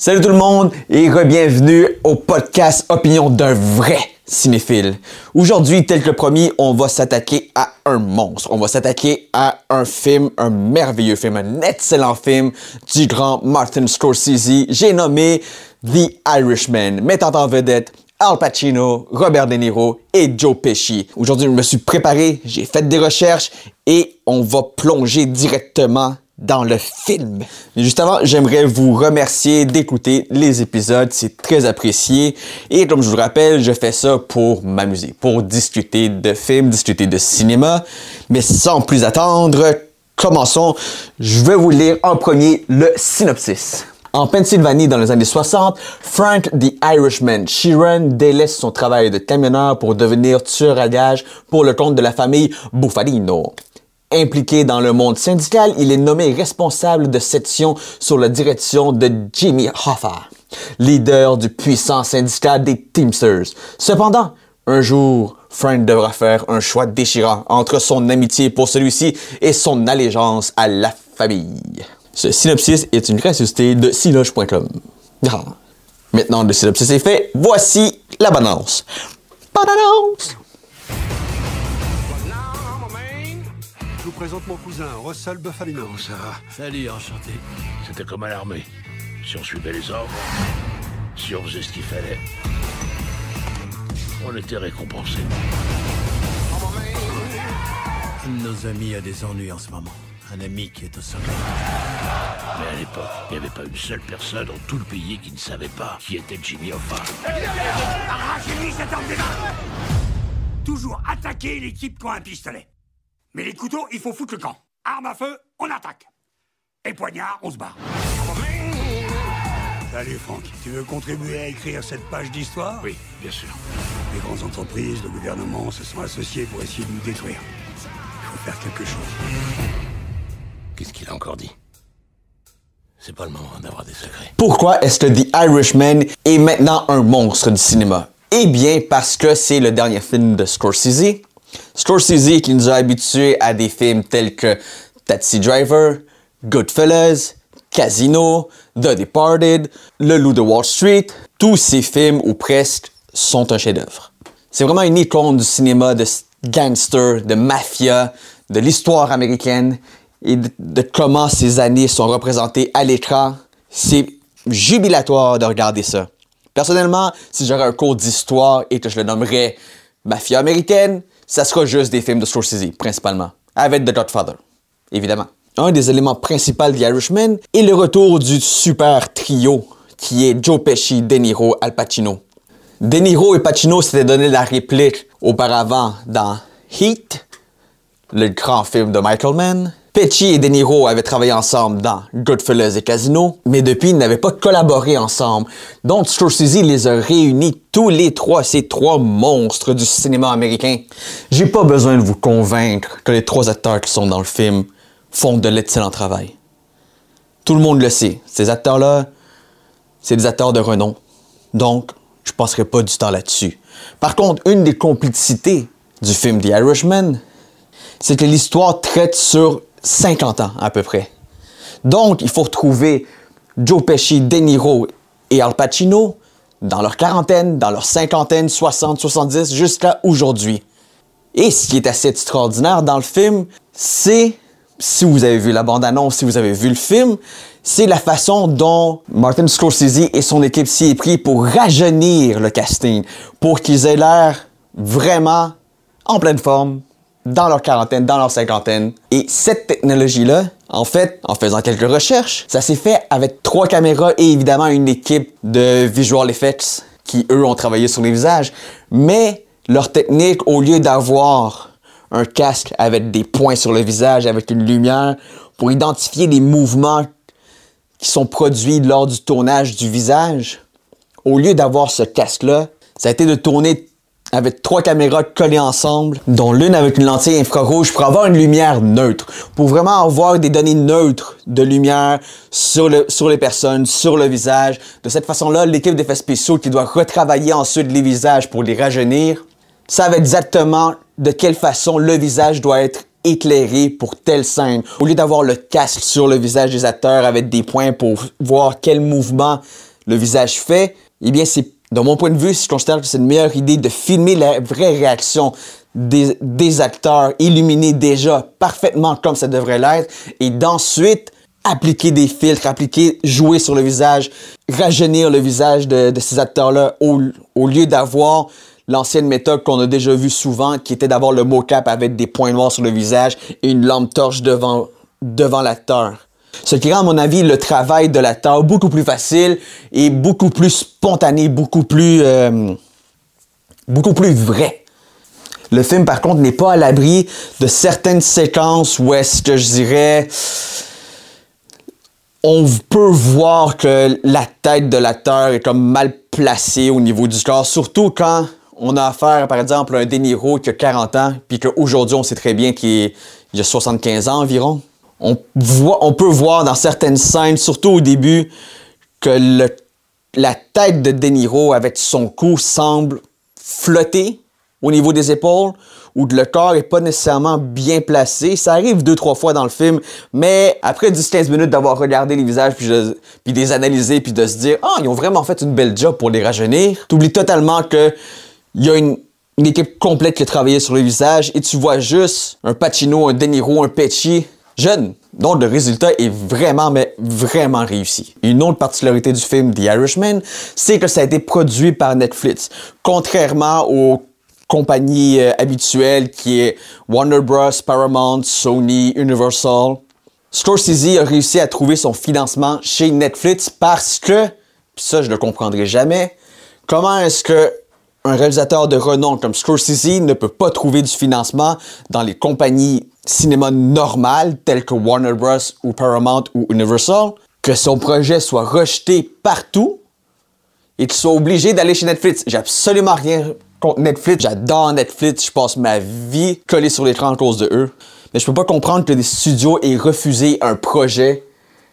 Salut tout le monde et re-bienvenue au podcast Opinion d'un vrai cinéphile. Aujourd'hui, tel que promis, on va s'attaquer à un monstre. On va s'attaquer à un film, un merveilleux film, un excellent film du grand Martin Scorsese. J'ai nommé The Irishman, mettant en vedette Al Pacino, Robert De Niro et Joe Pesci. Aujourd'hui, je me suis préparé, j'ai fait des recherches et on va plonger directement dans le film. Mais juste avant, j'aimerais vous remercier d'écouter les épisodes, c'est très apprécié. Et comme je vous rappelle, je fais ça pour m'amuser, pour discuter de films, discuter de cinéma. Mais sans plus attendre, commençons. Je vais vous lire en premier le synopsis. En Pennsylvanie, dans les années 60, Frank the Irishman Sheeran délaisse son travail de camionneur pour devenir tueur à gages pour le compte de la famille Bufalino. Impliqué dans le monde syndical, il est nommé responsable de section sous la direction de Jimmy Hoffa, leader du puissant syndicat des Teamsters. Cependant, un jour, Frank devra faire un choix déchirant entre son amitié pour celui-ci et son allégeance à la famille. Ce synopsis est une gracieuseté de siloge.com. Ah. Maintenant, le synopsis est fait, voici la bande-annonce. Bande-annonce! Je vous présente mon cousin, Russell Bufalino. Oh, ça va. Salut, enchanté. C'était comme à l'armée. Si on suivait les ordres, si on faisait ce qu'il fallait, on était récompensé. Un de nos amis a des ennuis en ce moment. Un ami qui est au sommet. Mais à l'époque, il n'y avait pas une seule personne dans tout le pays qui ne savait pas qui était Jimmy Hoffa. Arrachez-lui cet homme des mains! Toujours attaquer l'équipe qui a un pistolet. Mais les couteaux, il faut foutre le camp. Arme à feu, on attaque. Et poignard, on se barre. Salut Franck, tu veux contribuer à écrire cette page d'histoire? Oui, bien sûr. Les grandes entreprises, le gouvernement se sont associés pour essayer de nous détruire. Il faut faire quelque chose. Qu'est-ce qu'il a encore dit? C'est pas le moment d'avoir des secrets. Pourquoi est-ce que The Irishman est maintenant un monstre du cinéma? Eh bien, parce que c'est le dernier film de Scorsese. Scorsese qui nous a habitués à des films tels que Taxi Driver, Goodfellas, Casino, The Departed, Le Loup de Wall Street. Tous ces films, ou presque, sont un chef-d'œuvre. C'est vraiment une icône du cinéma de gangster, de mafia, de l'histoire américaine et de comment ces années sont représentées à l'écran. C'est jubilatoire de regarder ça. Personnellement, si j'aurais un cours d'histoire et que je le nommerais mafia américaine, ça sera juste des films de Scorsese, principalement. Avec The Godfather, évidemment. Un des éléments principaux de The Irishman est le retour du super trio qui est Joe Pesci, De Niro, Al Pacino. De Niro et Pacino s'étaient donné la réplique auparavant dans Heat, le grand film de Michael Mann. Pesci et De Niro avaient travaillé ensemble dans Goodfellas et Casino, mais depuis, ils n'avaient pas collaboré ensemble. Donc, Scorsese les a réunis tous les trois, ces trois monstres du cinéma américain. J'ai pas besoin de vous convaincre que les trois acteurs qui sont dans le film font de l'excellent travail. Tout le monde le sait. Ces acteurs-là, c'est des acteurs de renom. Donc, je passerai pas du temps là-dessus. Par contre, une des complicités du film The Irishman, c'est que l'histoire traite sur 50 ans à peu près. Donc, il faut retrouver Joe Pesci, De Niro et Al Pacino dans leur quarantaine, dans leur cinquantaine, 60, 70, jusqu'à aujourd'hui. Et ce qui est assez extraordinaire dans le film, c'est, si vous avez vu la bande-annonce, si vous avez vu le film, c'est la façon dont Martin Scorsese et son équipe s'y est pris pour rajeunir le casting, pour qu'ils aient l'air vraiment en pleine forme, dans leur quarantaine, dans leur cinquantaine. Et cette technologie-là, en fait, en faisant quelques recherches, ça s'est fait avec 3 caméras et évidemment une équipe de visual effects qui, eux, ont travaillé sur les visages. Mais leur technique, au lieu d'avoir un casque avec des points sur le visage, avec une lumière, pour identifier les mouvements qui sont produits lors du tournage du visage, au lieu d'avoir ce casque-là, ça a été de tourner avec 3 caméras collées ensemble, dont l'une avec une lentille infrarouge pour avoir une lumière neutre, pour vraiment avoir des données neutres de lumière sur les personnes, sur le visage. De cette façon-là, l'équipe d'effets spéciaux qui doit retravailler ensuite les visages pour les rajeunir, savent exactement de quelle façon le visage doit être éclairé pour telle scène. Au lieu d'avoir le casque sur le visage des acteurs avec des points pour voir quel mouvement le visage fait, eh bien, c'est, de mon point de vue, je considère que c'est une meilleure idée de filmer la vraie réaction des acteurs illuminés déjà parfaitement comme ça devrait l'être et d'ensuite appliquer des filtres, jouer sur le visage, rajeunir le visage de ces acteurs-là au lieu d'avoir l'ancienne méthode qu'on a déjà vue souvent qui était d'avoir le mocap avec des points noirs sur le visage et une lampe torche devant l'acteur. Ce qui rend, à mon avis, le travail de l'acteur beaucoup plus facile et beaucoup plus spontané, beaucoup plus vrai. Le film, par contre, n'est pas à l'abri de certaines séquences où est-ce que je dirais... On peut voir que la tête de l'acteur est comme mal placée au niveau du corps, surtout quand on a affaire, par exemple, à un De Niro qui a 40 ans, puis qu'aujourd'hui, on sait très bien qu'il a 75 ans environ. On peut voir dans certaines scènes, surtout au début, que la tête de De Niro avec son cou semble flotter au niveau des épaules, ou que le corps n'est pas nécessairement bien placé. Ça arrive 2-3 fois dans le film, mais après 10-15 minutes d'avoir regardé les visages, puis de les analyser, puis de se dire « Ah, ils ont vraiment fait une belle job pour les rajeunir », tu oublies totalement qu'il y a une équipe complète qui a travaillé sur le visage, et tu vois juste un Pacino, un De Niro, un Pesci jeune. Donc, le résultat est vraiment, mais vraiment réussi. Une autre particularité du film The Irishman, c'est que ça a été produit par Netflix. Contrairement aux compagnies habituelles qui est Warner Bros, Paramount, Sony, Universal, Scorsese a réussi à trouver son financement chez Netflix parce que, puis ça je ne le comprendrai jamais, comment est-ce que un réalisateur de renom comme Scorsese ne peut pas trouver du financement dans les compagnies cinéma normales telles que Warner Bros ou Paramount ou Universal, que son projet soit rejeté partout et qu'il soit obligé d'aller chez Netflix. J'ai absolument rien contre Netflix. J'adore Netflix. Je passe ma vie collé sur l'écran à cause de eux. Mais je peux pas comprendre que des studios aient refusé un projet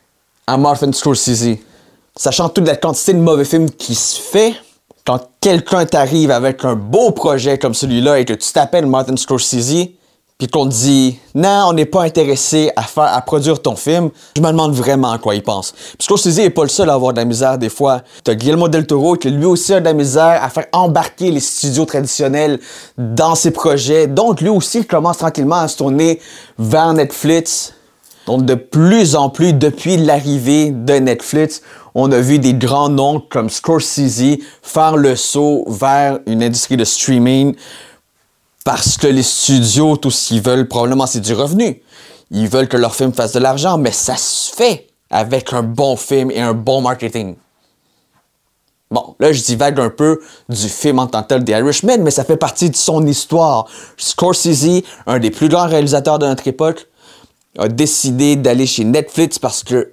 à Martin Scorsese. Sachant toute la quantité de mauvais films qui se fait, quand quelqu'un t'arrive avec un beau projet comme celui-là et que tu t'appelles Martin Scorsese, puis qu'on te dit « Non, on n'est pas intéressé à produire ton film », je me demande vraiment à quoi il pense. Puis Scorsese n'est pas le seul à avoir de la misère des fois. T'as Guillermo del Toro qui lui aussi a de la misère à faire embarquer les studios traditionnels dans ses projets. Donc lui aussi commence tranquillement à se tourner vers Netflix. Donc de plus en plus, depuis l'arrivée de Netflix, on a vu des grands noms comme Scorsese faire le saut vers une industrie de streaming. Parce que les studios, tout ce qu'ils veulent, probablement, c'est du revenu. Ils veulent que leur film fasse de l'argent, mais ça se fait avec un bon film et un bon marketing. Bon, là, je divague un peu du film en tant que tel, The Irishman, mais ça fait partie de son histoire. Scorsese, un des plus grands réalisateurs de notre époque, a décidé d'aller chez Netflix parce que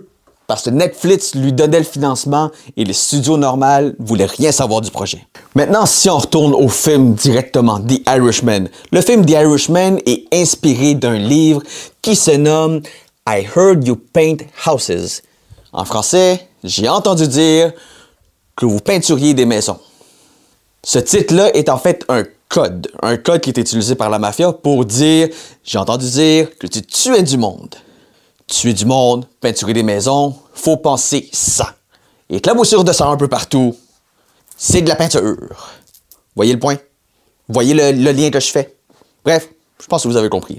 Netflix lui donnait le financement et les studios normaux voulaient rien savoir du projet. Maintenant, si on retourne au film directement, The Irishman. Le film The Irishman est inspiré d'un livre qui se nomme I Heard You Paint Houses. En français, j'ai entendu dire que vous peinturiez des maisons. Ce titre-là est en fait un code qui est utilisé par la mafia pour dire, j'ai entendu dire que tu tuais du monde. Tuer du monde, peinturer des maisons, faut penser ça. Et éclaboussure de sang un peu partout, c'est de la peinture. Voyez le point? Voyez le lien que je fais? Bref, je pense que vous avez compris.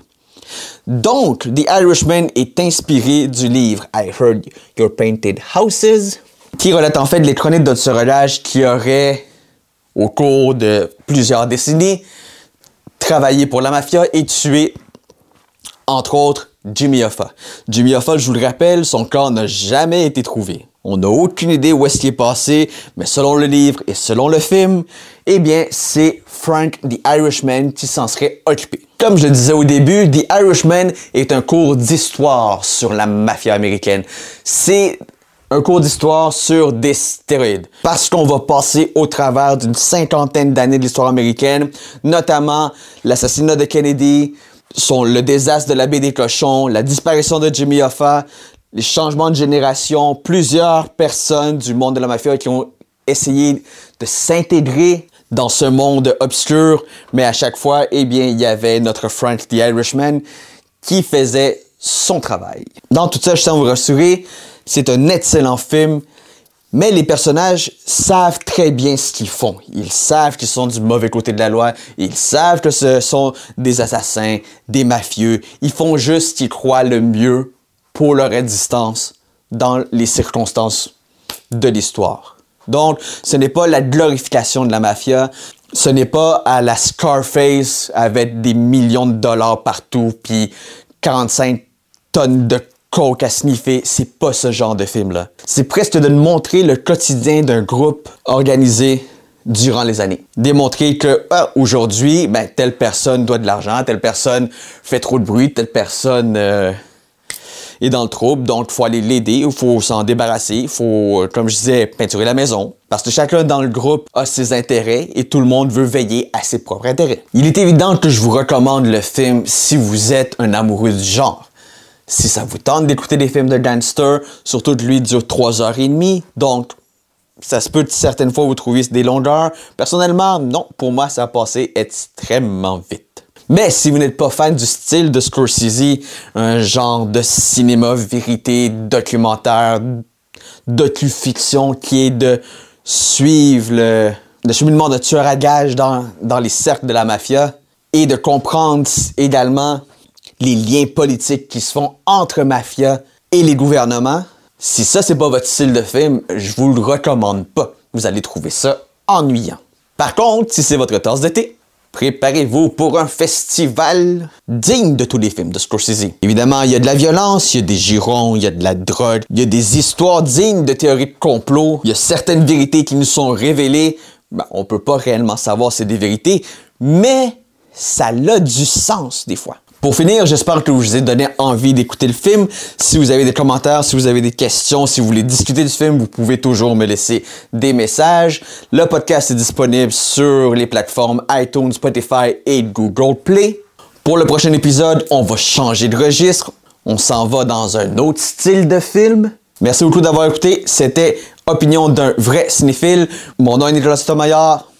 Donc, The Irishman est inspiré du livre I Heard Your Painted Houses, qui relate en fait les chroniques d'un tueur à gages qui aurait, au cours de plusieurs décennies, travaillé pour la mafia et tué, entre autres, Jimmy Hoffa. Jimmy Hoffa, je vous le rappelle, son corps n'a jamais été trouvé. On n'a aucune idée où est-ce qu'il est passé, mais selon le livre et selon le film, eh bien, c'est Frank the Irishman qui s'en serait occupé. Comme je le disais au début, The Irishman est un cours d'histoire sur la mafia américaine. C'est un cours d'histoire sur des stéroïdes. Parce qu'on va passer au travers d'une 50aine d'années de l'histoire américaine, notamment l'assassinat de Kennedy, le désastre de la baie des Cochons, la disparition de Jimmy Hoffa, les changements de génération, plusieurs personnes du monde de la mafia qui ont essayé de s'intégrer dans ce monde obscur, mais à chaque fois, eh bien, il y avait notre Frank the Irishman qui faisait son travail. Dans tout ça, je tiens à vous rassurer, c'est un excellent film, Mais les personnages savent très bien ce qu'ils font. Ils savent qu'ils sont du mauvais côté de la loi. Ils savent que ce sont des assassins, des mafieux. Ils font juste ce qu'ils croient le mieux pour leur existence dans les circonstances de l'histoire. Donc, ce n'est pas la glorification de la mafia. Ce n'est pas à la Scarface avec des millions de dollars partout puis 45 tonnes de coke à sniffer. C'est pas ce genre de film-là. C'est presque de nous montrer le quotidien d'un groupe organisé durant les années. Démontrer que aujourd'hui, telle personne doit de l'argent, telle personne fait trop de bruit, telle personne est dans le trouble, donc il faut aller l'aider, il faut s'en débarrasser, il faut, comme je disais, peinturer la maison. Parce que chacun dans le groupe a ses intérêts et tout le monde veut veiller à ses propres intérêts. Il est évident que je vous recommande le film si vous êtes un amoureux du genre. Si ça vous tente d'écouter des films de gangster, surtout que lui dure 3h30, donc ça se peut certaines fois vous trouver des longueurs. Personnellement, non, pour moi ça a passé extrêmement vite. Mais si vous n'êtes pas fan du style de Scorsese, un genre de cinéma vérité, documentaire, docu-fiction qui est de suivre le cheminement de tueurs à gages dans les cercles de la mafia et de comprendre également les liens politiques qui se font entre mafia et les gouvernements, si ça c'est pas votre style de film, je vous le recommande pas. Vous allez trouver ça ennuyant. Par contre, si c'est votre tasse d'été, préparez-vous pour un festival digne de tous les films de Scorsese. Évidemment, il y a de la violence, il y a des girons, il y a de la drogue, il y a des histoires dignes de théories de complot, il y a certaines vérités qui nous sont révélées. On peut pas réellement savoir si c'est des vérités, mais ça a du sens des fois. Pour finir, j'espère que je vous ai donné envie d'écouter le film. Si vous avez des commentaires, si vous avez des questions, si vous voulez discuter du film, vous pouvez toujours me laisser des messages. Le podcast est disponible sur les plateformes iTunes, Spotify et Google Play. Pour le prochain épisode, on va changer de registre. On s'en va dans un autre style de film. Merci beaucoup d'avoir écouté. C'était Opinion d'un vrai cinéphile. Mon nom est Nicolas Sotomayor.